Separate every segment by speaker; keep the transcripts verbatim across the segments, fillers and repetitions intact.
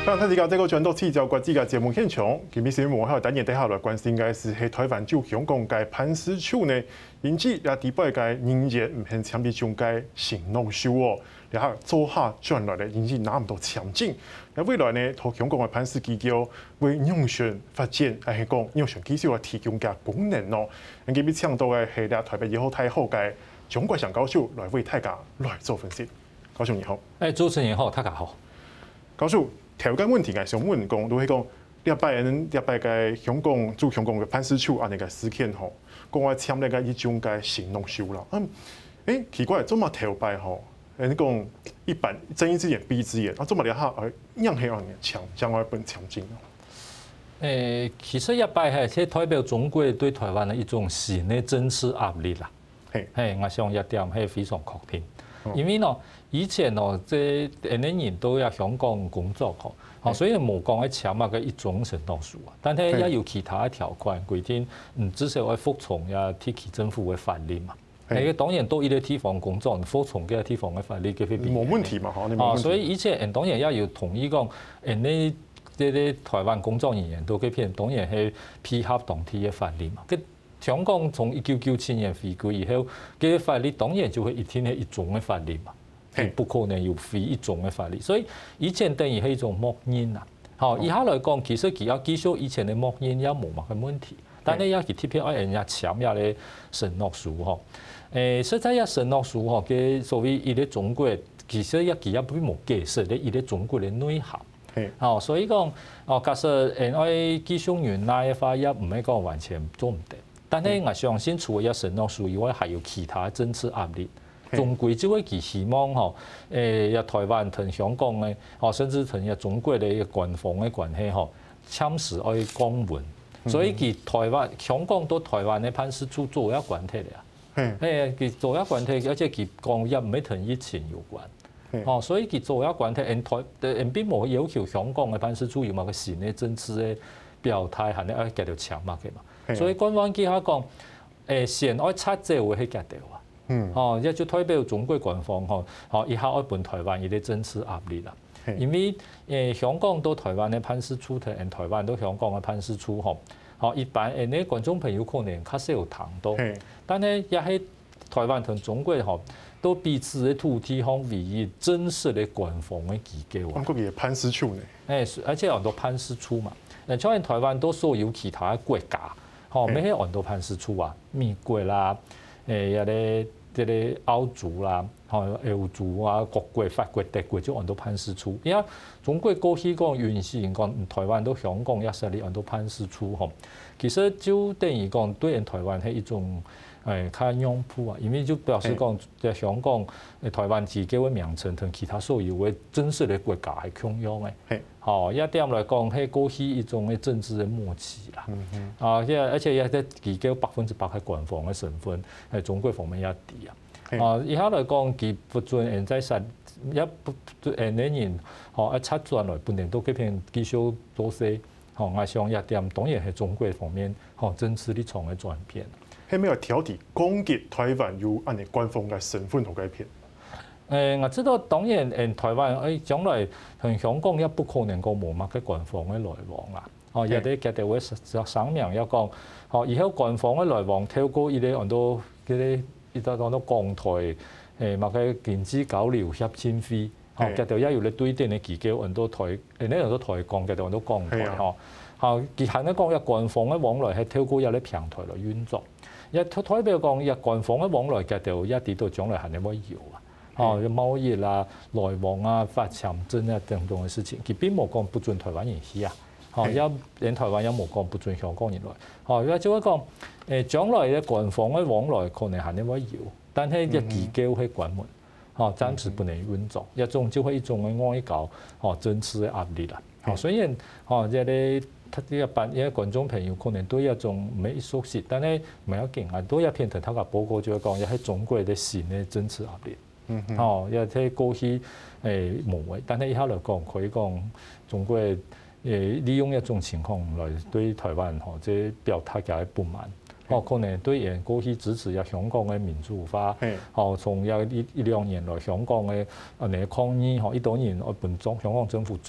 Speaker 1: 咁睇而家呢個轉到四條國際嘅節目現場，今日新聞喺單元底下來關心嘅是喺台灣駐香港嘅辦事處呢，因此也第八嘅人員唔肯簽啲中介承諾書哦，然後做下轉來咧，因此拿唔到簽證。那未來呢，同香港嘅辦事機構為永續發展，係講永續繼續來提供嘅功能咯。咁今日請到嘅係咧台北以後太后嘅鍾國祥教授來為大家來做分析。教授你好，
Speaker 2: 誒主持人好，大家好。
Speaker 1: 教授。條件問題係想問講，都係講一百人一百個香港駐香港嘅辦事處安尼個事件吼，講話簽呢個一種嘅承諾書啦。嗯，誒奇怪，做乜條擺吼？誒你講一般睜一隻眼閉一隻眼，啊做乜你下誒樣係安尼簽，將來本簽證咯？
Speaker 2: 誒，其實一擺係即代表中國對台灣嘅一種新嘅政治壓力啦。係，係，我想一點係非常確定。因為呢，以前哦，即係啲人都喺香港工作嗬，哦，所以冇講喺簽啊嘅一種承諾書啊，但係也有其他嘅條款規定，唔至少要服從呀特區政府嘅法律嘛。係，當然到呢個地方工作，服從嘅地方嘅法律嘅會
Speaker 1: 冇問題嘛，嗬。
Speaker 2: 啊，所以以前當然也要同意講，誒你啲啲台灣工作人員都嗰邊當然係配合當地嘅法律嘛。香港從一九九七年回歸以後，嗰啲法律當然就會一定係一種嘅法律嘛，係不可能有非一種嘅法律。所以以前等於係一種默認啦。好，以下來講，其實佢要繼續以前嘅默認也冇乜嘅問題，但係要佢特別愛人家簽下咧承諾書嗬。誒，實在一承諾書嗬，嘅所謂伊咧中國其實一佢也並冇解釋咧伊咧中國嘅內涵。係，哦，所以講哦，假設誒愛繼續原來嘅話，也唔係講完全做唔得。但係我相信，除咗承諾書以外，還有其他政治壓力。終歸就會佢希望嗬，誒，有台灣同香港嘅，哦，甚至同有中國嘅官方嘅關係嗬，簽署愛公文。所以佢台灣、香港到台灣嘅辦事處做一關係嚟啊。誒，佢做一關係，而且佢講也唔係同疫情有關。哦，所以佢做一關係，人台人並冇要求香港嘅辦事處有某個新嘅政治嘅表態，係你愛繼續簽嘛嘅嘛。所以官方記下講，誒先愛拆借會去夾掉啊，哦，一就代表中國官方嗬，哦，以下愛本台灣有啲政治壓力啦。因為誒香港到台灣嘅辦事處同台灣到香港嘅辦事處嗬，哦一般誒啲觀眾朋友可能較少有談到，但係也係台灣同中國嗬，都彼此嘅土地方唯一真實嘅官方嘅機構啊。
Speaker 1: 咁嗰個辦事處呢？
Speaker 2: 誒，而且好多辦事處嘛，誒，像台灣都所有其他嘅國家。哦，咩喺很多辦事處啊，美國啦，誒有啲啲啲歐洲啦，哦歐洲啊，各國、法國、德國就很多辦事處。而家中國過去講原始人講台灣到香港也設立很多辦事處吼，其實就等於講對人台灣係一種誒較擁護啊，因為就表示講在香港誒台灣自己嘅名稱同其他所有嘅真實嘅國家係共用嘅。哦，一點來講，係過去一種嘅政治嘅默契啦。嗯啊，即係而且也係自己百分之百係官方嘅身份，係中國方面也低啊。啊，以下來講，佢不准人在實一不誒啲人，哦一出轉來本年都嗰邊繼續做事。哦，我想一點當然係中國方面，哦政治立場嘅轉變。
Speaker 1: 係咪有挑戰攻擊台灣有按你官方嘅身份同改變？
Speaker 2: 誒，我知道當然誒台灣誒將來同香港也不可能講冇乜嘅官方嘅來往啦。哦，有啲佢哋會實聲明一講，哦，而家官方嘅來往透過依啲按到嗰啲依啲講到港台誒或者經濟交流協進會，哦，佢哋也有咧對定嘅機構按到台誒呢按到台港，佢哋按到港台嗬。哦，其實咧講一官方嘅往來係透過一啲平台來運作，一台表講一官方嘅往來，佢哋一啲到將來係你乜要啊？哦，貿易啦、來往啊、發簽證啊等等嘅事情，佢並冇講不准台灣人去啊。哦，一連台灣也冇講不准香港人來。哦，因為只係講誒將來嘅官方嘅往來可能係你乜要，但係一機構去關門，哦，暫時不能運作，一種就係一種嘅外交哦政治嘅壓力啦。哦，雖然哦即係啲啲一般嘅觀眾朋友可能都有一種唔係熟悉，但係唔係有勁啊，都有篇頭頭嘅報告就係講，又係中國嘅新嘅政治壓力。嗯，哦，因為睇過去誒無謂，但係以後來講，可以講中國誒利用一種情況來對台灣吼即係表達嘅不滿，哦，可能對人過去支持有香港嘅民主化，哦，從有一一兩年來香港嘅啊嚟抗議，吼，一多年我本中香港政府做，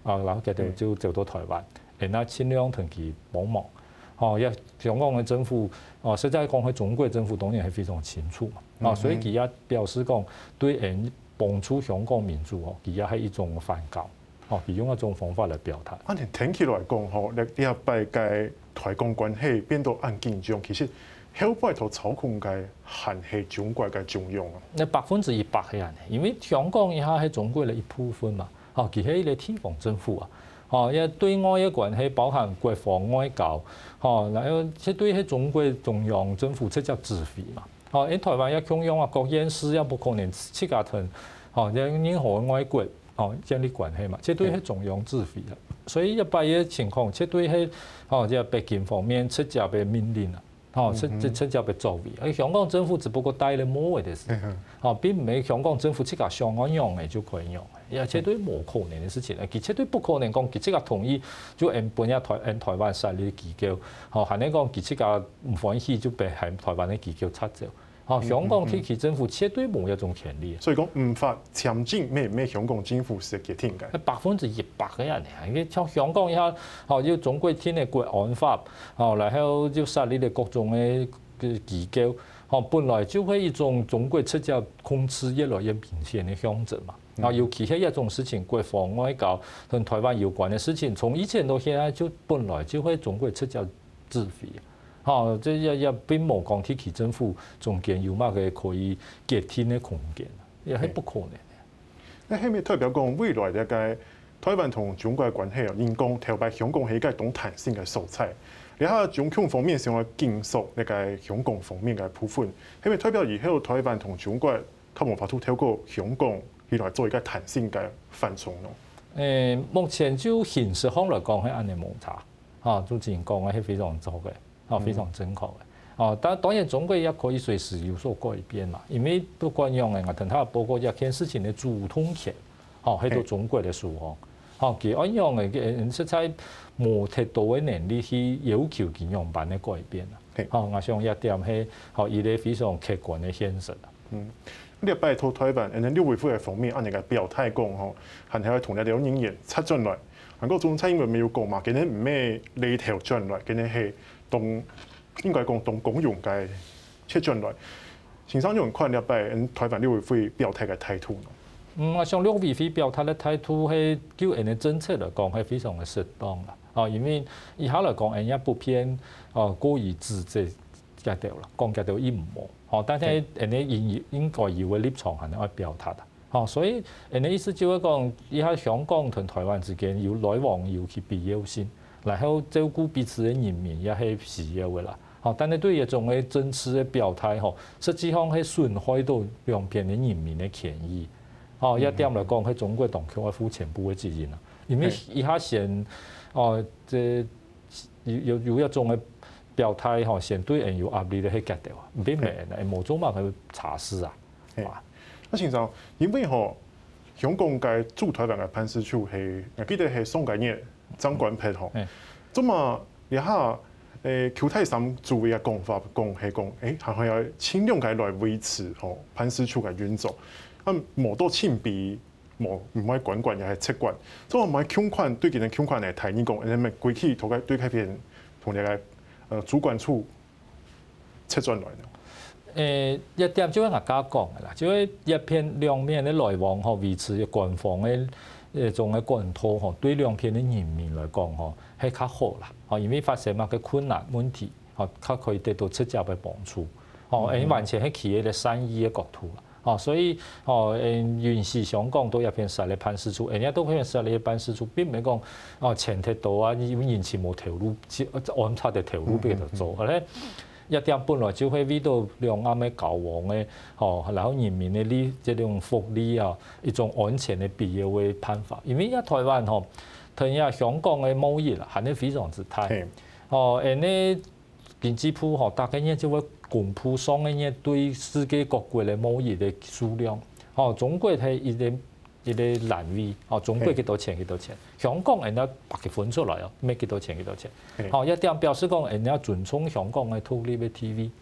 Speaker 2: 啊，然後佢哋就走到台灣，然後盡量同佢幫忙。哦，也香港嘅政府，哦，實在講，佢中國政府當然係非常清楚嘛，啊，所以佢也表示講對人幫助香港民主哦，佢也係一種反抗，哦，佢用一種方法嚟表態。
Speaker 1: 反正聽起來講，吼，呢一拜嘅台港關係變到咁緊張，其實後擺頭操控嘅還係中國嘅重要啊。
Speaker 2: 你百分之一百係人，因為香港而家係中國嘅一部分嘛，哦，佢係一個地方政府啊。哦，因為對外嘅關係包含國防外交，哦，然後即對喺中國中央政府直接指揮嘛。哦，喺台灣也共用啊，國演師也不可能自家同哦，任何外國哦建立關係嘛，即對喺中央指揮啦。所以一般嘅情況，即對喺哦即係北京方面直接嘅命令啊，哦，直直直接嘅作為。而香港政府只不過帶嚟摸嘅事，哦，並唔係香港政府自家想安用嘅就可以用。而且對冇可能嘅事情，而且對不可能講，佢即刻同意就按本日台按台灣設立機構，哦，係你講佢即刻唔歡喜就被喺台灣嘅機構拆走，哦，香港地區政府絕對冇一種權利。
Speaker 1: 所以講唔法簽證咩咩香港政府是嘅天嘅。
Speaker 2: 百分之一百嘅人嚟，因為像香港一下，哦要中國天嘅國安法，哦然後要設立嘅各種嘅嘅機構，哦本來就係一種中國直接控制越來越明顯嘅象徵嘛。啊，尤其係一種事情，國防外交同台灣有關嘅事情，從以前到現在就本來就係中國直接指揮，嚇，即係也並冇講地區政府中間有乜嘅可以決定嘅空間，也係不可能嘅。
Speaker 1: 那係咪代表講未來嘅個台灣同中國嘅關係啊？應講頭擺香港係一個懂彈性嘅素材，你睇中共方面想要緊縮呢個香港方面嘅部分，係咪代表以後台灣同中國佢無法度透過香港？原來做一個彈性嘅範疇咯。
Speaker 2: 誒，目前就形式上嚟講係安尼冇差，嚇，都之前講嘅係非常好嘅，嚇，非常正確嘅。哦，但當然中國也可以隨時有所改變嘛，因為不管用嘅我同佢報告一件事情嘅主動權，嚇，喺到中國嘅時候，嚇，佢按樣嘅嘅實在冇太多嘅能力去要求佢樣板嘅改變啊。嚇，我想一點係嚇，依個非常客觀嘅現實啊。
Speaker 1: 嗯。呢一拜托台灣，誒，廖委會嘅方面按人嘅表態講吼，係係同你哋有人員出進來，韓國總統因為未有講嘛，佢哋唔咩離頭進來，佢哋係同應該講同公用嘅出進來。先生用看呢一拜台灣廖委會表態嘅態度。
Speaker 2: 嗯，我想廖委會表態嘅態度係就人嘅政策嚟講係非常嘅適當啦。啊，因為以下嚟講，人家不偏啊過於自責格調啦，講格調亦唔好。哦，但係人哋應應該要嘅立場係可以表達啊。哦，所以人哋意思就係講，以下香港同台灣之間有來往有其必要性，然後照顧彼此嘅人民也係需要嘅啦。哦，但係對一種嘅政治嘅表態，吼，實際上係損害到兩邊嘅人民嘅權益。哦，一點嚟講，喺中國當局係負全部嘅責任啦。因為以下先，哦，即有有有一種嘅。表態吼，先對人有壓力嘅係格調啊，唔俾咩人誒無做乜去查事啊。
Speaker 1: 啊，先生，因為吼香港嘅駐台灣嘅辦事處係，我記得係上個月張冠培吼，咁啊，一下誒邱太三作為嘅講法講係講，誒係係要盡量嘅來維持吼辦事處嘅運作，咁無多錢幣，無唔可以管管又係撤管，所以唔可以強權對佢哋強權嚟提呢講，誒咪歸去同佢對開邊同你個。誒主管處出進來咯。
Speaker 2: 誒一點就係我家講嘅啦，就係一片兩面嘅來往嗬，維持官方嘅誒種嘅管道嗬，對兩片嘅人民來講嗬係較好啦。哦，因為發生乜嘅困難問題，哦，較可以得到直接嘅幫助。哦，誒完全係企業嘅善意嘅角度啦。哦，所以哦誒原始香港都一片實力辦事處，人家都片實力辦事處，並唔係講哦前提到啊，因為以前冇投入，安插嘅投入俾佢做，係咧一點本來就係為到兩岸嘅交往嘅，哦，然後人民嘅呢即種福利啊，一種安全嘅必要嘅辦法。因為而家台灣嗬同而家香港嘅貿易啦，係咧非常之大，哦誒呢經濟鋪嗬大概呢就會。公布上嘅嘢對世界各國嘅貿易嘅數量，哦，中國係一個一個難為，哦，中國幾多錢幾多錢，香港人家白佢分出來哦，咩幾多錢幾多錢，哦，一點表示講人家尊重香港嘅獨立嘅 T V，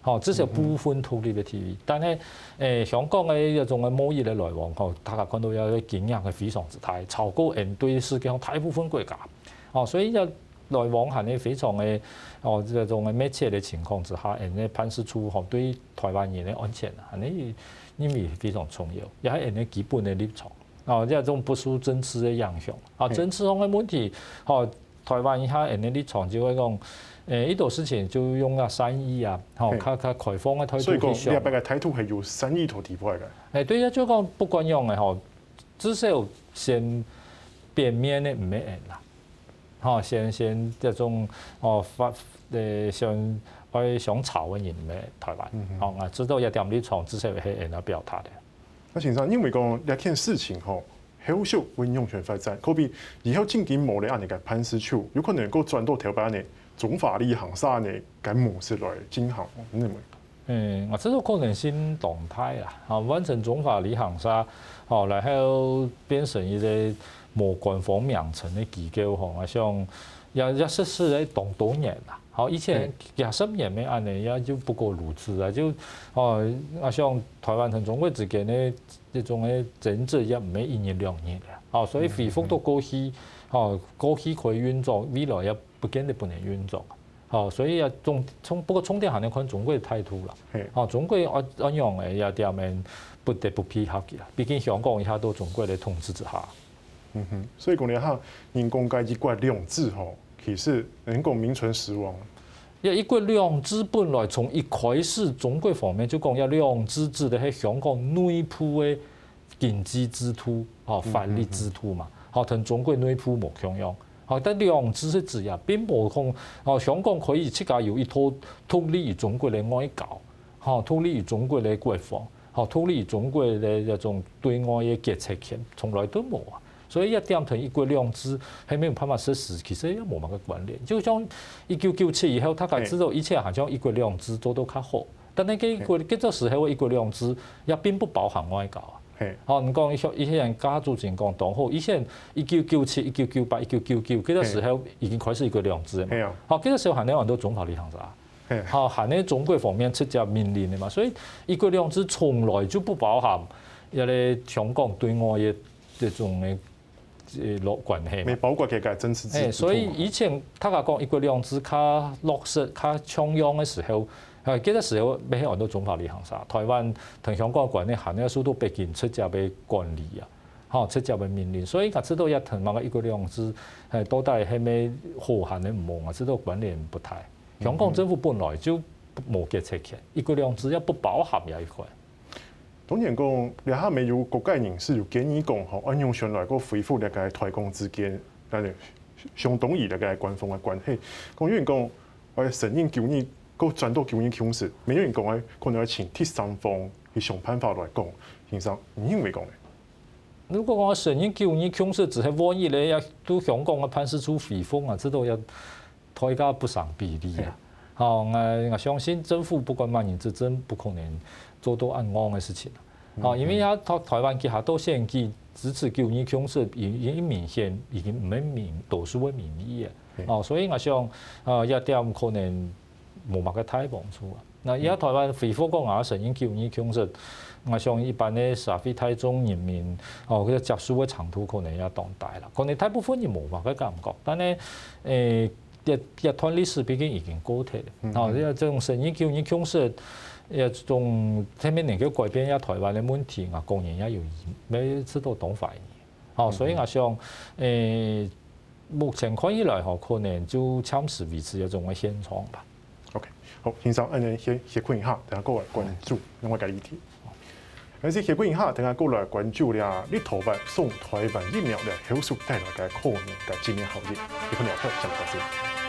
Speaker 2: 吼，至少部分脱離嘅 T V， 但係誒香港嘅一種嘅貿易嘅來往，吼，大家看到有經驗係非常之大，超過人對世界上大部分國家，哦，所以一來往係呢非常嘅哦，這種嘅密切嘅情況之下，人哋辦事處吼對台灣人嘅安全係呢因為非常重要，也係人哋基本嘅立場，哦，一種不受政治嘅影響，啊，政治上嘅問題，吼，台灣以下人哋立場就會講。誒呢度事情就用啊善意啊，吼，較較開放嘅態度去想。所以講，
Speaker 1: 你阿伯嘅態度係有善意同提出嚟嘅。
Speaker 2: 誒對啊，就講不管用嘅吼，至少先表面嘅唔係人啦，吼，先先這種哦發誒想愛想吵嘅人唔係台灣，哦啊知道一點立場至少係人嚟表態嘅。
Speaker 1: 那先生，因為講一件事情吼，後續運用權發展，可比以後進行某類案嘅辦事處，有可能夠轉到台灣嘅。總法理行沙呢嘅模式來進行，你認為？
Speaker 2: 嗯，我知道可能性動態啦，啊，完成總法理行沙，哦，然後變成一個無官方名稱嘅機構，吼，我想也也實施喺當多年啦，好，以前廿十年嘅案例也就不過如此啊，就哦，我想台灣同中國之間嘅一種嘅爭執也唔係一年兩年嘅，哦，所以恢復到過去，哦，過去可以運作，未來也不見得不能運作，好，所以啊，中從不過重點係要看中國嘅態度啦。哦，中國按按樣嘅也點樣不得不配合嘅啦。畢竟香港以下都中國嘅統治之下。
Speaker 1: 嗯哼，所以講你下人講嘅一國兩制吼，其實能夠名存實亡。
Speaker 2: 因為一國兩制本來從一開始中國方面就講要兩制制的係香港內部嘅經濟制度、哦法律制度嘛，哦同中國內部冇相樣。好，但兩制是指啊，並冇講哦，香港可以自家有一套脫離於中國嘅外交，嚇脫離於中國嘅國防，嚇脫離於中國嘅一種對外嘅決策權，從來都冇啊。所以一點同一國兩制係沒有辦法實施，其實也冇乜嘅關聯。就像一九九七以後，大家知道一切好像一國兩制做到較好，但係嗰個嗰個時候嘅一國兩制也並不包含外交。哦，你講以以前家族情況當好，以前一九九七、一九九八、一九九九，嗰個時候已經開始一國兩制嘛。好，嗰個時候係呢很多總法理行沙，好係呢中國方面出隻命令嘅嘛，所以一國兩制從來就不包含一個香港對外嘅這種嘅誒落關係。未
Speaker 1: 包括佢嘅真實制度。
Speaker 2: 所以以前大家講一國兩制較落實、較搶樣嘅時候。係幾多時候俾喺很多總法理行沙，台灣同香港嘅關係行呢，數都北京出隻嘅管理啊，嚇出隻嘅命令，所以我知道一同埋個一國兩制係到底係咪好行嘅唔好，我知道關聯不太。香港政府本來就冇決策權，一國兩制也不包含呢一塊。
Speaker 1: 當然講，你下面有國界人士有建議講，吼，按用上來個恢復呢個台港之間，誒相當於呢個官方嘅關係。講有人講，我承認舊年。個轉到九年強勢，沒有人講誒，可能要請第三方去想辦法來講，先生，你認為講咧？
Speaker 2: 如果我承認九年強勢，只係萬一咧，要對香港嘅辦事處恢復啊，知道要代價不成比例啊！好，我我相信政府不管乜嘢執政，不可能做到按安嘅事情。好，因為而家台灣其實到現在支持九年強勢，已經明顯已經唔係民多數嘅民意嘅。哦，所以我想啊，一點可能。冇乜嘅太幫助啊！嗱，而家台灣恢復個亞承認九年強勢，我想一般嘅社會大眾人民哦，佢接受嘅程度可能也當大啦。可能大部分人冇乜嘅感覺，但係誒一一段歷史畢竟已經過去啦。哦，呢一種承認九年強勢，一種睇咩能夠改變一下台灣嘅問題，我個人也有咩知道當法嘅。哦，所以我想誒、呃，目前看起來嗬，可能就暫時維持一種嘅現狀吧。
Speaker 1: OK， 好，先生，安尼先協困一下，等下過來關注另外一個議題。而且協困一下，等下過來關注咧，立陶宛送台灣疫苗嘅後續帶來嘅可能嘅經驗效益，一會兒聊開，上到這。